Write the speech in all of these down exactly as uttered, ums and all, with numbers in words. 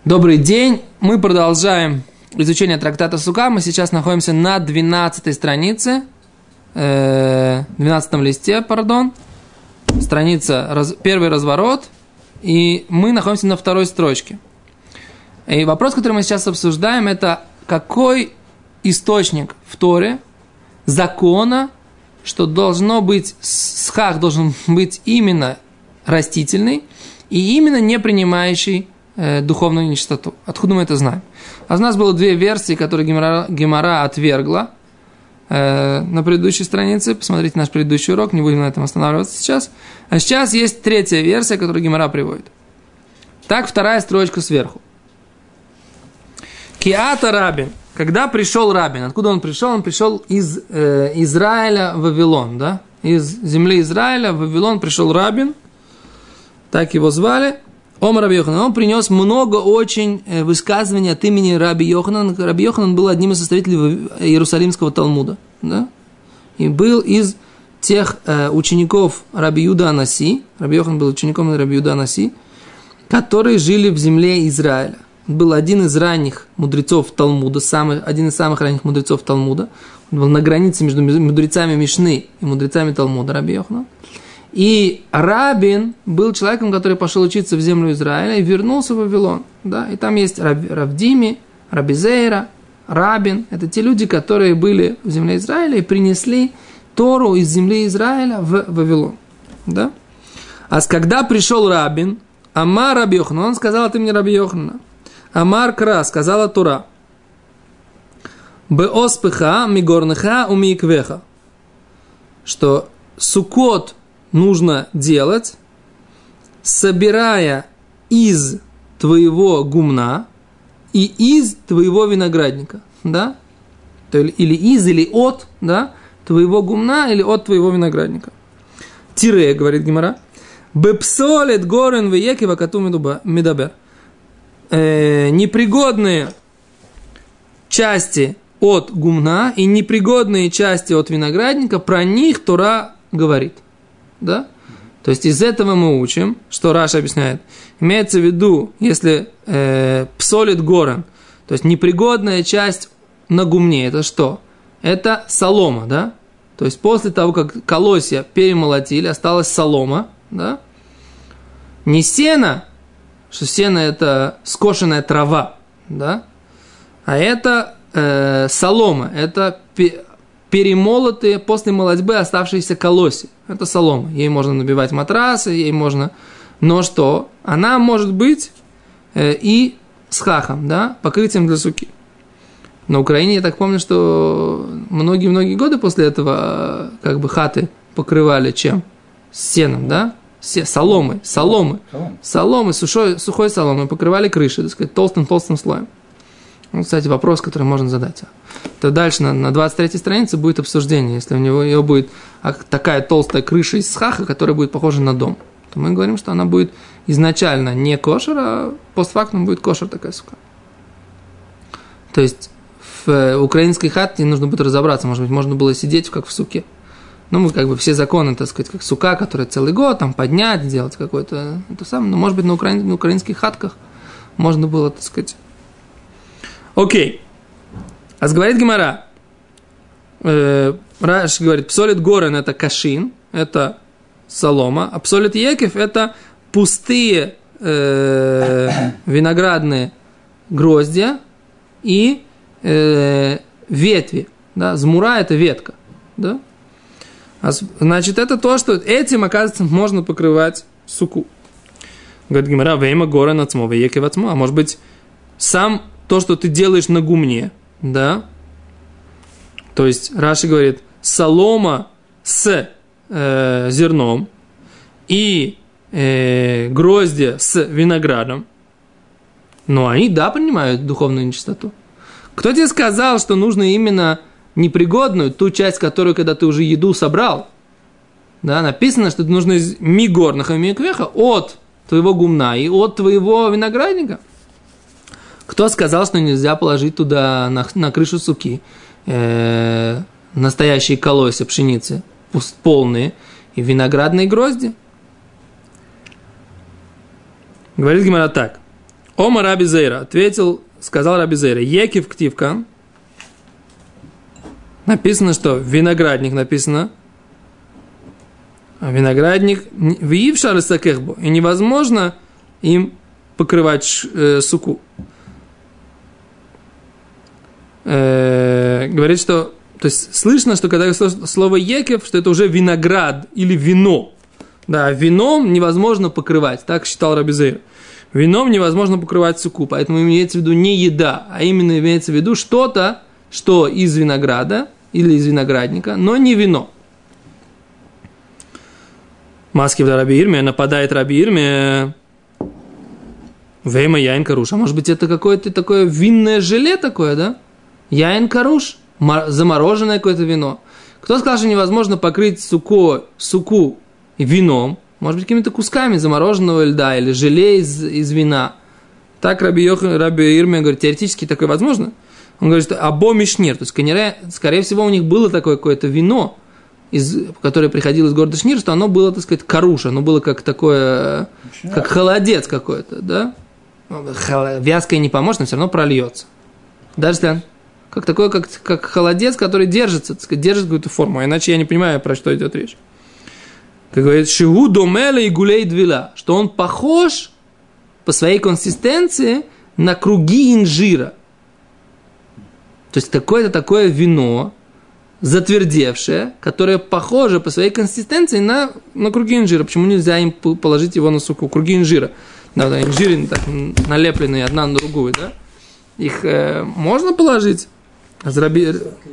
Добрый день. Мы продолжаем изучение трактата Сука. Мы сейчас находимся на двенадцатой странице, двенадцатом листе, пардон. Страница, раз, первый разворот. И мы находимся на второй строчке. И вопрос, который мы сейчас обсуждаем, это какой источник в Торе закона, что должно быть, схах должен быть именно растительный и именно не принимающий э, духовную нечистоту. Откуда мы это знаем? А у нас было две версии, которые Гемара, Гемара отвергла э, на предыдущей странице. Посмотрите наш предыдущий урок, не будем на этом останавливаться сейчас. А сейчас есть третья версия, которую Гемара приводит. Так, вторая строчка сверху. Киата Рабин. Когда пришел Рабин? Откуда он пришел? Он пришел из э, Израиля в Вавилон, да? Из земли Израиля в Вавилон пришел Рабин. Так его звали. Ом Раби Йоханан. Он принес много очень э, высказываний от имени Раби Йоханан. Раби Йоханан был одним из составителей Иерусалимского Талмуда, да? И был из тех э, учеников Раби Юда Анаси. Раби Йоханан был учеником Раби Юда Анаси, которые жили в земле Израиля. Был один из ранних мудрецов Талмуда, самый, один из самых ранних мудрецов Талмуда. Он был на границе между мудрецами Мишны и мудрецами Талмуда, Раби Йоханан. И Рабин был человеком, который пошел учиться в землю Израиля и вернулся в Вавилон. Да? И там есть Рав, Равдими, Раби Зейра, Рабин. Это те люди, которые были в земле Израиля и принесли Тору из земли Израиля в Вавилон. Да? А когда пришел Рабин, Амар Раби Йоханан, он сказал от имени Раби Йоханана, Амар Кра, сказала Тура, Беоспыха, Мигорныха, Умиквеха, что суккот нужно делать, собирая из твоего гумна и из твоего виноградника, да? Или из, или от, да? Твоего гумна или от твоего виноградника. Тире, говорит Гемара, Бепсолет горен веекива кату медабер. Непригодные части от гумна и непригодные части от виноградника, про них Тора говорит. Да? То есть из этого мы учим, что Раша объясняет. Имеется в виду, если э, псолит горен, то есть непригодная часть на гумне, это что? Это солома, да? То есть после того, как колосья перемолотили, осталась солома, да? Не сено, что сено это скошенная трава, да? А это э, солома, это пе- перемолотые после молотьбы оставшиеся колосья. Это солома. Ей можно набивать матрасы, ей можно... Но что? Она может быть э, и с хахом, да? Покрытием для суки. На Украине, я так помню, что многие-многие годы после этого как бы хаты покрывали чем? С сеном, да? Соломой, соломы, соломы, сухой, сухой соломой покрывали крыши, так сказать, толстым-толстым слоем. Ну, кстати, вопрос, который можно задать. То дальше на, на двадцать третьей странице будет обсуждение, если у него ее будет такая толстая крыша из схаха, которая будет похожа на дом, то мы говорим, что она будет изначально не кошер, а постфактум будет кошер такая сука. То есть в украинской хате нужно будет разобраться, может быть, можно было сидеть как в суке. Ну, мы как бы все законы, так сказать, как сука, которая целый год там поднять, сделать какое-то это самое. Но, может быть, на, украин, на украинских хатках можно было, так сказать. Окей. А говорит Гемара. Э, Раш говорит, псолит горен это кашин, это солома, а псолит екев это пустые э, виноградные гроздья и э, ветви. Да? Змура это ветка. Да? Значит, это то, что этим, оказывается, можно покрывать суку. Говорит Гемара, вейма гора нацмо, вееке вацмо. А может быть, сам то, что ты делаешь на гумне, да? То есть, Раши говорит, солома с э, зерном и э, гроздья с виноградом. Но они, да, принимают духовную нечистоту. Кто тебе сказал, что нужно именно... непригодную, ту часть, которую, когда ты уже еду собрал, да, написано, что нужно из мигорных и миквеха от твоего гумна и от твоего виноградника. Кто сказал, что нельзя положить туда на, на крышу суки э, настоящие колосья пшеницы, полные, и виноградные грозди? Говорит Гемара так. Ома Раби Зейра, ответил, сказал Раби Зейра, Екив ктивка, написано, что виноградник написано, а виноградник виившар исакехбо, и невозможно им покрывать э, суку. Э, говорит, что, то есть слышно, что когда слово екев, что это уже виноград или вино. Да, вином невозможно покрывать, так считал Раби Зейра. Вином невозможно покрывать суку, поэтому имеется в виду не еда, а именно имеется в виду что-то, что из винограда или из виноградника, но не вино. Маски в Раби Ирме, нападает Раби Ирме. Вейма яин каруш. А может быть, это какое-то такое винное желе такое, да? Яин каруш. Замороженное какое-то вино. Кто сказал, что невозможно покрыть суку, суку вином? Может быть, какими-то кусками замороженного льда или желе из, из вина. Так Раби, Йох, Раби Ирме говорит, теоретически такое возможно. Он говорит, что або мишнир. То есть, скорее, скорее всего, у них было такое какое-то вино, из, которое приходило из города Шнир, что оно было, так сказать, каруш. Оно было как такое, как холодец какой-то, да? Вязкое не поможет, но все равно прольется. Даже если он, как такое, как, как холодец, который держится, так сказать, держит какую-то форму. Иначе я не понимаю, про что идет речь. Как говорит, шигу домеле и гулей двила, что он похож по своей консистенции на круги инжира. То есть какое-то такое вино, затвердевшее, которое похоже по своей консистенции на, на круги инжира. Почему нельзя им положить его на суку? Круги инжира. Да, да, инжиры так налепленные одна на другую, да? Их э, можно положить? Разраби...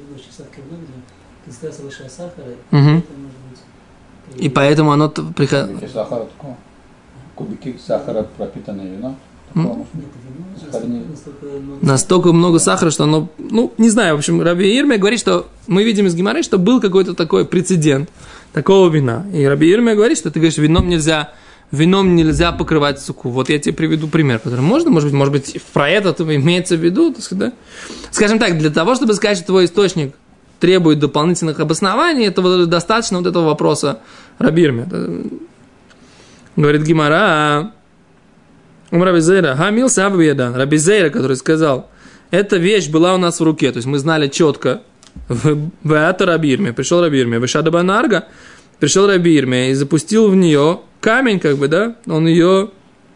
Угу. И поэтому оно приходит... Кубики сахара, пропитанное вино. Mm. Настолько много сахара, что оно... Ну, не знаю, в общем, Раби Ирме говорит, что мы видим из Гемары, что был какой-то такой прецедент такого вина. И Раби Ирме говорит, что ты говоришь, вином нельзя, вином нельзя покрывать суку. Вот я тебе приведу пример, который можно, может быть, может быть, про это имеется в виду, так сказать, да? Скажем так, для того, чтобы сказать, что твой источник требует дополнительных обоснований, этого достаточно вот этого вопроса Раби Ирме. Говорит Гемара, Раби Зейра, Хамил Саббиядан, Раби Зейра, который сказал, эта вещь была у нас в руке, то есть мы знали четко, в это Раби Ирме, пришел Раби Ирме, в Шадабанарга, пришел Раби Ирме и запустил в нее камень, как бы, да, он ее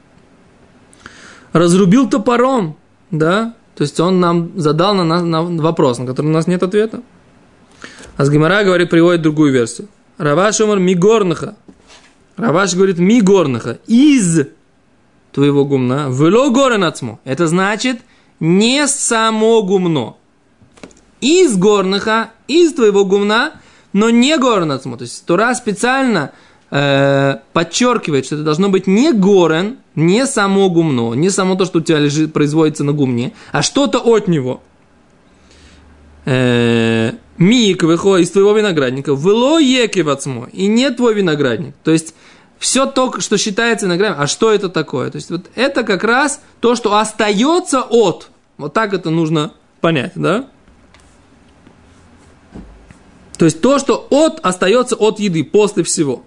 разрубил топором, да, то есть он нам задал на, нас, на вопрос, на который у нас нет ответа. А с Гемара, говорит, приводит другую версию. Раваш омар мигорнаха. Раваш говорит мигорнаха, из твоего гумна, вело горен ацмо. Это значит не само гумно. Из горнаха, из твоего гумна, но не горен ацмо. То есть Тора специально э, подчеркивает, что это должно быть не горен, не само гумно, не само то, что у тебя лежит, производится на гумне, а что-то от него. Э, Мик выходит из твоего виноградника, вело екив ацмо, и не твой виноградник. То есть все то, что считается виноградом, а что это такое? То есть вот это как раз то, что остается от. Вот так это нужно понять, да? То есть то, что от остается от еды, после всего.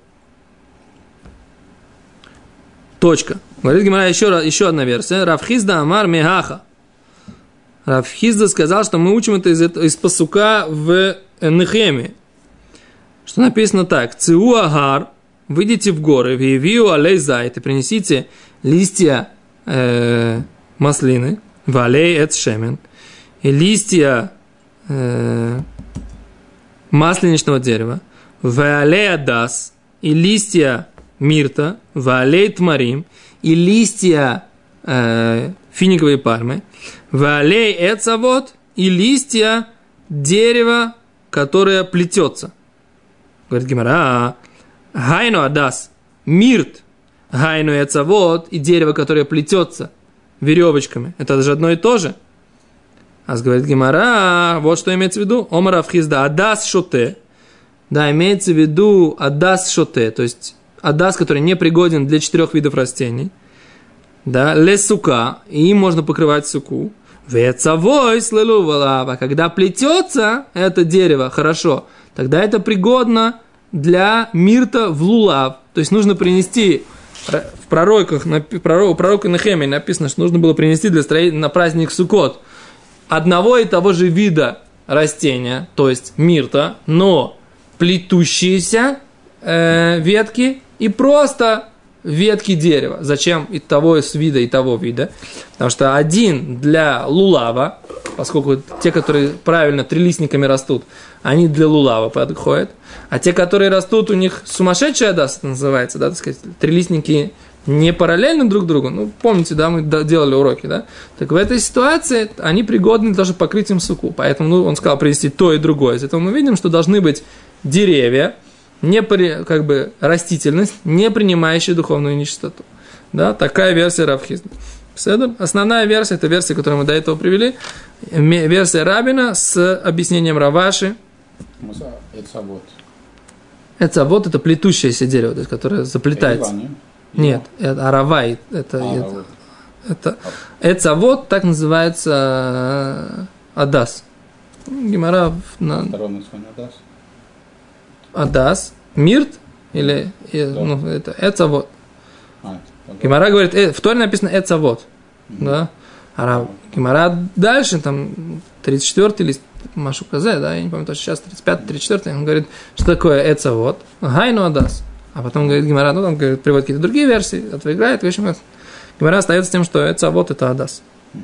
Точка. Говорит Гемара, еще, еще одна версия. Рав Хизда амар мегаха. Рав Хизда сказал, что мы учим это из, из пасука в Нехеме. Что написано так. Циу агар. Выйдите в горы, виевиу алей зайт, и принесите листья э, маслины, валей эт шемен, и листья э, масленичного дерева, валей адас, и листья мирта, валей тмарим, и листья э, финиковой пальмы, валей эт савот, и листья дерева, которое плетется. Говорит Гемара, Гайну адас, мирт, гайну яцавод, и дерево, которое плетется веревочками. Это же одно и то же. А говорит Гемара, вот что имеется в виду. Омар Авхизда, адас шоте. Да, имеется в виду адас шоте, то есть адас, который не пригоден для четырех видов растений. Да, лесука, и им можно покрывать суку. Вецавой слылувалава. Когда плетется это дерево хорошо, тогда это пригодно для мирта в лулав. То есть нужно принести в пророках, у пророка Нехемии написано, что нужно было принести для строителя на праздник Суккот одного и того же вида растения, то есть мирта, но плетущиеся э, ветки и просто ветки дерева. Зачем и того из вида, и того вида? Потому что один для лулава, поскольку те, которые правильно трилистниками растут, они для лулава подходят, а те, которые растут, у них сумасшедший адас, это называется, да, так сказать, трилистники не параллельно друг другу, ну, помните, да, мы делали уроки, да, так в этой ситуации они пригодны для того, чтобы покрыть им суку, поэтому, ну, он сказал привести то и другое, из этого мы видим, что должны быть деревья, не при, как бы растительность, не принимающая духовную нечистоту, да, такая версия Рав Хизда. Основная версия, это версия, которую мы до этого привели, версия Рабина с объяснением Раваши. Эцавод. Эцавод – это плетущееся дерево, то есть, которое заплетается. Нет, это аравай, это, а, это, это эцавод, так называется адас. Гемара на адас. Адас, мирт или да. Ну, это эцавод. А, Гемара говорит, э, в Торе написано эцавод, mm-hmm. да. А Гемара дальше там тридцать четвёртый лист Машу Казе, да, я не помню точно сейчас тридцать пятый, тридцать четвёртый, он говорит, что такое эцавод, гайну адас. А потом говорит Гемара, ну там говорит, приводит какие-то другие версии, отвергает, в общем, Гемара остается тем, что эцавод это адас.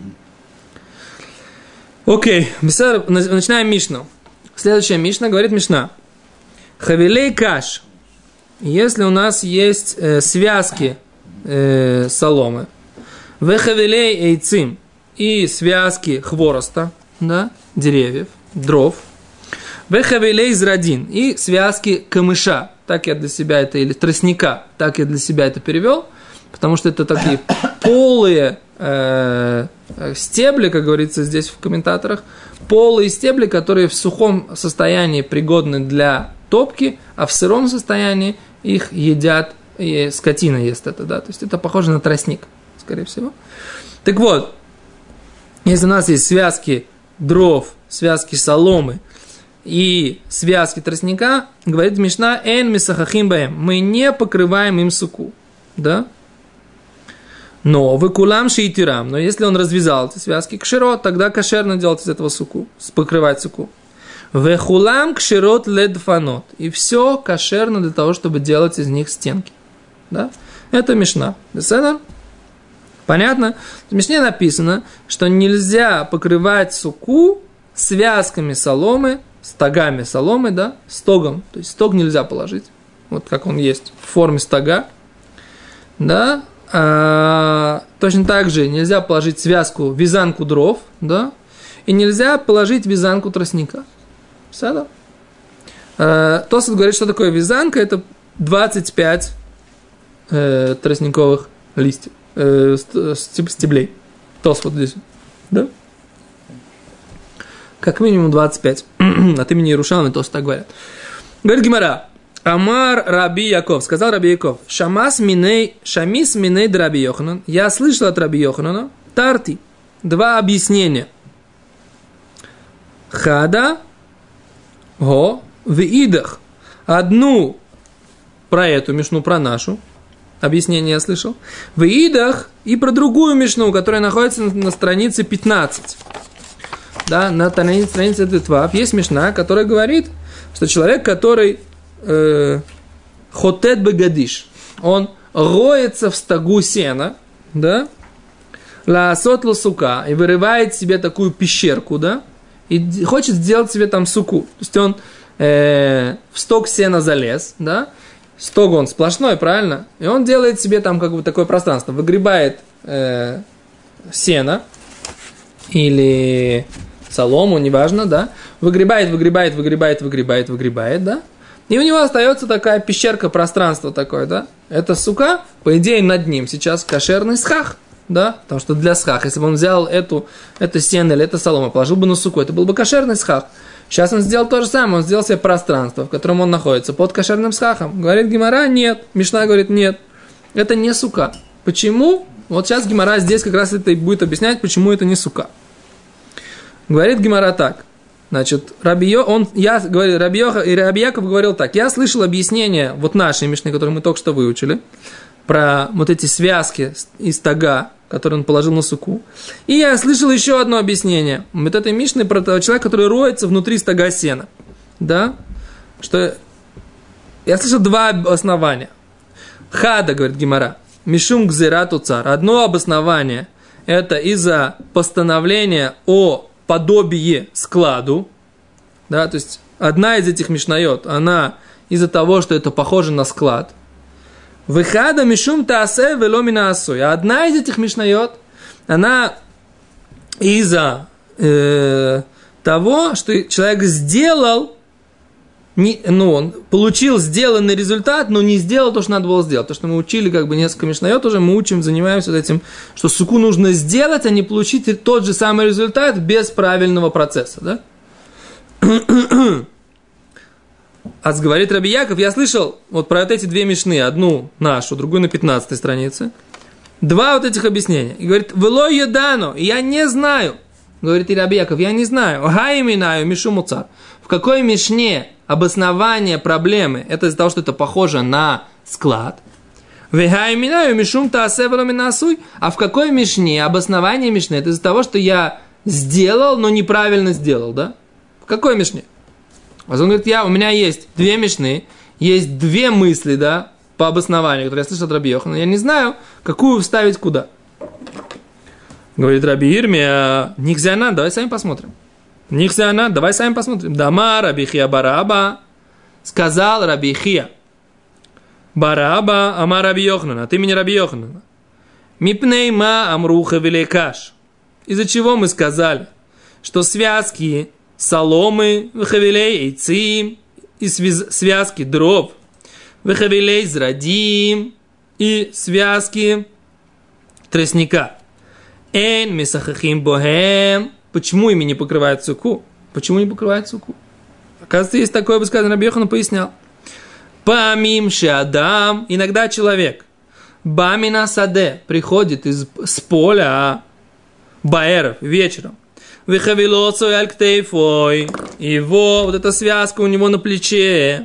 Окей, okay. Начинаем Мишну. Следующая Мишна говорит Мишна. Хавилей каш. Если у нас есть э, связки э, соломы, вехавилей эйцим и связки хвороста, да, деревьев, дров, вехавилей зрадин и связки камыша, так я для себя это, или тростника, так я для себя это перевел, потому что это такие полые э, стебли, как говорится здесь в комментаторах, полые стебли, которые в сухом состоянии пригодны для топки, а в сыром состоянии их едят, и скотина ест это, да, то есть это похоже на тростник, скорее всего. Так вот, если у нас есть связки дров, связки соломы и связки тростника, говорит Мишна, эн мисахахим баэм, мы не покрываем им суку, да? Но выкулам шиитирам, но если он развязал эти связки кширот, тогда кошерно делать из этого суку, покрывать суку. Вехулам кширот ледфанот, и все кошерно для того, чтобы делать из них стенки, да? Это Мишна. Беседа? Понятно? В Мишне написано, что нельзя покрывать суку связками соломы, стогами соломы, да, стогом. То есть стог нельзя положить, вот как он есть, в форме стога, да. А, точно так же нельзя положить связку, вязанку дров, да, и нельзя положить вязанку тростника. Все, да? Тосфот говорит, что такое вязанка, это двадцать пять э, тростниковых листьев, э, стеблей. Тосфот здесь, да? Как минимум двадцать пять. От имени Иерушалми Тосфот так говорят. Говорит Гемара. Амар Раби Яков. Сказал Раби Яков. Шамас миней, шамис миней д Раби Йоханан. Я слышал от Раби Йоханана. Тарти. Два объяснения. Хада. Го. В идах. Одну про эту мишну, про нашу. Объяснение я слышал. В идах и про другую мишну, которая находится на, на странице пятнадцать. Да, на странице Тетвав есть мишна, которая говорит, что человек, который э, хотет бегадиш, он роется в стогу сена, да, лаасот ласука, и вырывает себе такую пещерку, да, и хочет сделать себе там суку. То есть он э, в стог сена залез, да, стог он сплошной, правильно, и он делает себе там как бы такое пространство, выгребает э, сено или солому, неважно, да, выгребает, выгребает, выгребает, выгребает, выгребает, да, и у него остается такая пещерка, пространство такое, да, это сука, по идее, над ним сейчас кошерный схах, да, потому что для схах, если бы он взял эту, это сено или это солома, положил бы на суку, это был бы кошерный схах. Сейчас он сделал то же самое, он сделал себе пространство, в котором он находится, под кошерным схахом. Говорит Гемара, нет, Мишна говорит, нет, это не сука. Почему? Вот сейчас Гемара здесь как раз это и будет объяснять, почему это не сука. Говорит Гемара так. Значит, Рабио, он, я говорю, Рабио, и Раби Яков говорил так. Я слышал объяснение вот нашей Мишны, которую мы только что выучили, про вот эти связки из тага, которые он положил на суку. И я слышал еще одно объяснение. Вот этой Мишны про того человека, который роется внутри стога сена. Да? Что я слышал два основания. Хада, говорит Гемара, Мишум гзерату цар. Одно обоснование – это из-за постановления о подобии складу. Да, то есть одна из этих мишнайот, она из-за того, что это похоже на склад. Выхада мишум таасе вело мина асуй. Одна из этих мишнайот, она из-за э, того, что человек сделал, не, ну, он получил сделанный результат, но не сделал то, что надо было сделать. То, что мы учили как бы несколько мишнайот уже, мы учим, занимаемся этим, что суку нужно сделать, а не получить тот же самый результат без правильного процесса, да? А говорит Раби Яков, я слышал вот про вот эти две мишны, одну нашу, другую на пятнадцатой странице, два вот этих объяснения. И говорит, «Вело едано», я не знаю, говорит и Раби Яков, я не знаю, «Гайминаю мишу муцар». В какой мишне обоснование проблемы, это из-за того, что это похоже на склад. «Вегайминаю мишум таасе вело минасуй». А в какой мишне обоснование мишны, это из-за того, что я сделал, но неправильно сделал, да? В какой мишне? Он говорит, я, у меня есть две мишны, есть две мысли, да, по обоснованию, которые я слышал от Раби Йохана, я не знаю, какую вставить куда. Говорит Раби Ирмия, нихзяна, давай сами посмотрим. Нихзяна, давай сами посмотрим. Дама Раби Хия Бараба, сказал Раби Хия. Бараба, ама Раби Йохана, от имени Раби Йохана. Мипней ма амруха великаш. Из-за чего мы сказали, что связки соломы, вехавилей эйцим, и связки дров, вехавилей зрадим, и связки тростника. Эн мисахахим бохем. Почему ими не покрывают суку? Почему не покрывают суку? Оказывается, есть такое высказывание, Раби Йохан пояснял. Памим шеадам. Иногда человек бамина саде приходит из, с поля баэров вечером. Выхавилоцу аль-ктейфой. Его, вот эта связка у него на плече.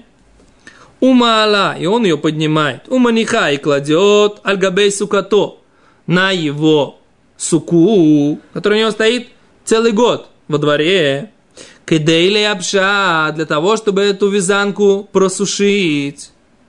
Умала, и он ее поднимает. Уманиха, и кладет аль-габей сукато. На его суку, которая у него стоит целый год во дворе. Кедейли абша, для того, чтобы эту вязанку просушить.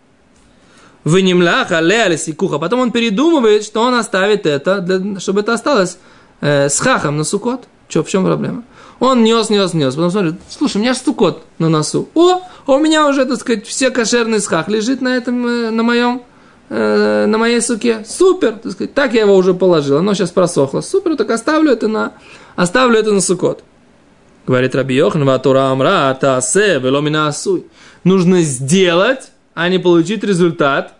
Вынемлях але алисикуха. Потом он передумывает, что он оставит это, для, чтобы это осталось э, с хахом на сукот. Че, в чем проблема? Он нес, нес, нес. Потом смотрит, слушай, у меня же сукот на носу. О, у меня уже, так сказать, все кошерный схах лежит на этом, э, на моем, э, на моей суке. Супер, так сказать, так я его уже положил. Оно сейчас просохло. Супер, так оставлю это на, оставлю это на сукот. Говорит Раби Йохан, ватура амра таасе вело мина асуй. Нужно сделать, а не получить результат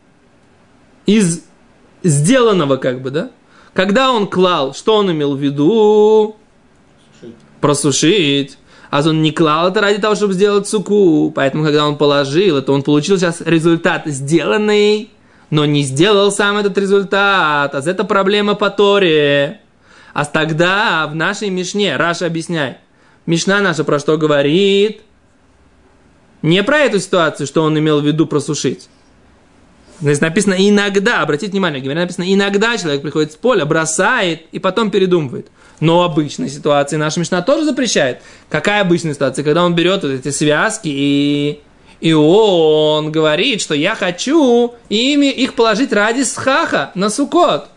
из сделанного, как бы, да? Когда он клал, что он имел в виду? Сушить. Просушить. А он не клал это ради того, чтобы сделать суку. Поэтому, когда он положил это, он получил сейчас результат сделанный, но не сделал сам этот результат. А это проблема по Торе. А тогда в нашей Мишне, Раша объясняет, Мишна наша про что говорит? Не про эту ситуацию, что он имел в виду просушить. Здесь написано иногда, обратите внимание, говорит, написано иногда человек приходит с поля, бросает и потом передумывает. Но обычной ситуации наша Мишна тоже запрещает. Какая обычная ситуация? Когда он берет вот эти связки и, и он говорит, что я хочу ими их положить ради схаха на сукот.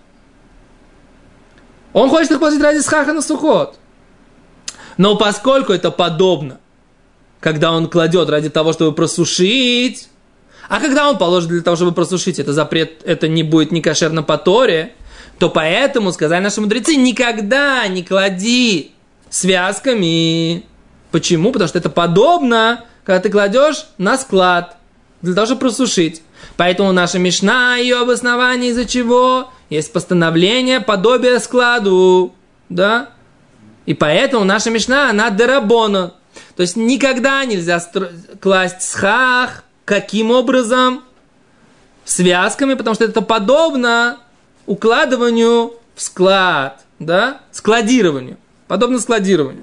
Он хочет их положить ради схаха на сукот. Но поскольку это подобно, когда он кладет ради того, чтобы просушить, а когда он положит для того, чтобы просушить, это запрет, это не будет не кошерно по Торе, то поэтому, сказали наши мудрецы, никогда не клади связками. Почему? Потому что это подобно, когда ты кладешь на склад, для того, чтобы просушить. Поэтому наша Мишна, ее обоснование из-за чего? Есть постановление подобия складу, да? И поэтому наша Мишна, она дерабона. То есть никогда нельзя стро- класть схах. Каким образом? Связками, потому что это подобно укладыванию в склад, да? Складированию. Подобно складированию.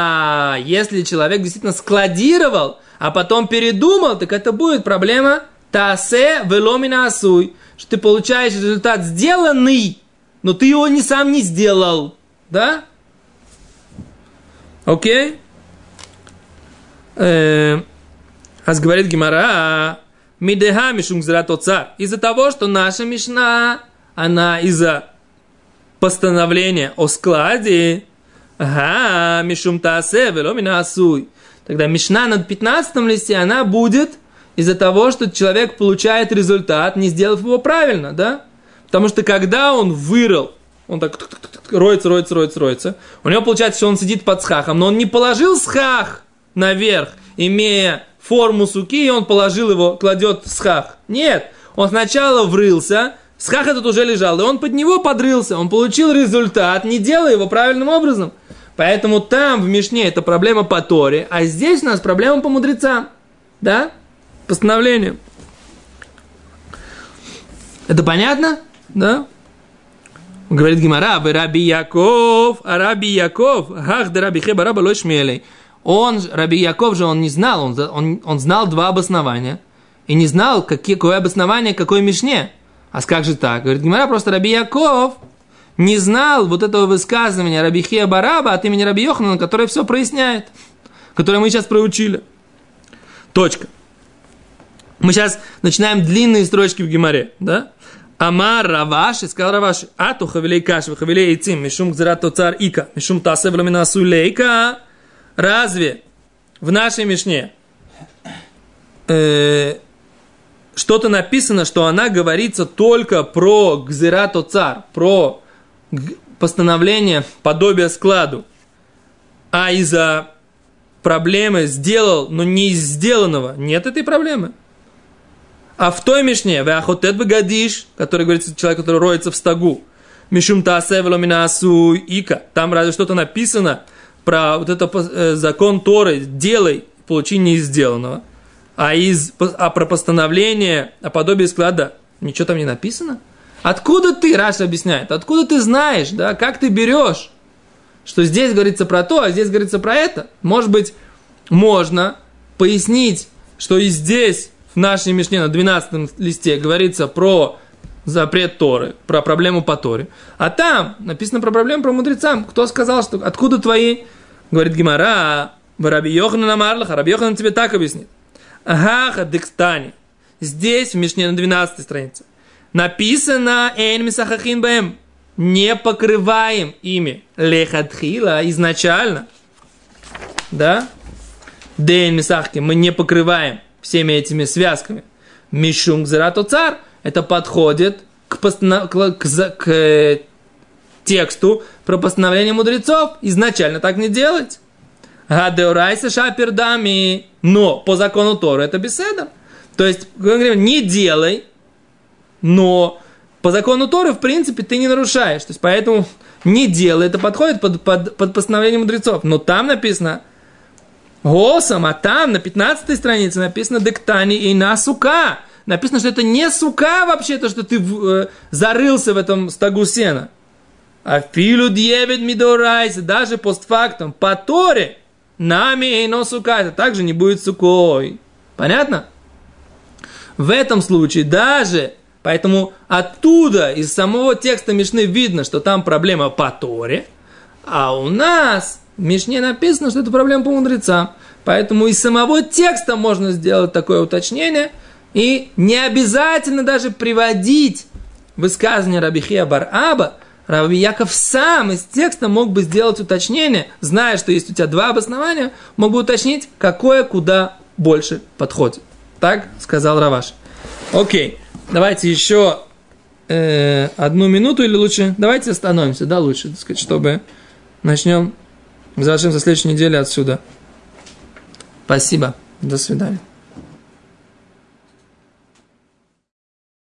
А если человек действительно складировал, а потом передумал, так это будет проблема Таасе вело мин асуй. Что ты получаешь результат сделанный, но ты его не сам не сделал. Да? Окей? Аз говорит Гемара, мидеха мишум гзерат оцар. Из-за того, что наша мишна, она из-за постановления о складе, ага, мишум таасе вело мин асуй. Тогда мишна на пятнадцатом листе, она будет из-за того, что человек получает результат, не сделав его правильно, да? Потому что когда он вырыл, он так роется, роется, роется, роется, у него получается, что он сидит под схахом, но он не положил схах наверх, имея форму суки, и он положил его, кладет схах. Нет, он сначала врылся, схах этот уже лежал, и он под него подрылся, он получил результат, не делая его правильным образом. Поэтому там в Мишне это проблема по Торе, а здесь у нас проблема по мудрецам. Да? Постановление. Это понятно? Да? Говорит Гемара, Раби Яков, а Раби Яков, ах, да Раби Хеба Раба лой шмелей. Он, Раби Яков же, он не знал, он, он, он знал два обоснования. И не знал, какие, какое обоснование, какой Мишне. А как же так? Говорит Гемара, просто Раби Яков не знал вот этого высказывания Раби Хеба Раба от имени Раби Йоханана, которое все проясняет. Которое мы сейчас проучили. Точка. Мы сейчас начинаем длинные строчки в Гемаре, да? Амар Раваши, сказал Раваши, ату хавилей каш, хавилей яйцим, мишум гзерат оцар ика, мишум тасе вломина асулейка. Разве в нашей Мишне э, что-то написано, что она говорится только про гзерат оцар, про г- постановление подобия складу, а из-за проблемы сделал, но не из сделанного, нет этой проблемы. А в той Мишне, веахотет бегадиш, который говорится человек, который роется в стогу, мишум таасе вломина асуй ика, там разве что-то написано про вот это э, закон Торы, делай, получи не из сделанного, а, из, а про постановление о подобии склада ничего там не написано? Откуда ты, Раша объясняет, откуда ты знаешь, да, как ты берешь, что здесь говорится про то, а здесь говорится про это? Может быть, можно пояснить, что и здесь в нашей Мишне на двенадцатом листе говорится про запрет Торы, про проблему по Торе. А там написано про проблему про мудрецам. Кто сказал, что откуда твои? Говорит Гемара, Раби Йоханан амарлаха, Раби Йоханан тебе так объяснит. Аха декстани. Здесь в Мишне на двенадцатой странице написано эйн мисахахин бэм. Не покрываем ими лехатхила изначально. Да? Дейн мисахки. Мы не покрываем всеми этими связками. Мишум гзерат оцар. Это подходит к, постанов... к, к, к тексту про постановление мудрецов. Изначально так не делать. Гадеорайса шапердами. Но по закону Торы это беседа. То есть, говорим, не делай, но по закону Торы, в принципе, ты не нарушаешь. То есть, поэтому не делай. Это подходит под, под, под постановление мудрецов. Но там написано Госом, а там на пятнадцатой странице написано Дектани и на сука. Написано, что это не сука вообще, то, что ты э, зарылся в этом стогу сена. А филу дьевед мидорайс, даже постфактум, по Торе, нами и но сука, это также не будет сукой. Понятно? В этом случае даже, поэтому оттуда, из самого текста Мишны видно, что там проблема по Торе, а у нас в Мишне написано, что это проблема по мудрецам. Поэтому из самого текста можно сделать такое уточнение. И не обязательно даже приводить высказывание Раби Хия бар Аба. Раби Яков сам из текста мог бы сделать уточнение, зная, что есть у тебя два обоснования, мог бы уточнить, какое куда больше подходит. Так сказал Раваш. Окей, давайте еще э, одну минуту или лучше, давайте остановимся, да, лучше, так сказать, чтобы начнем, завершим со следующей недели отсюда. Спасибо, до свидания.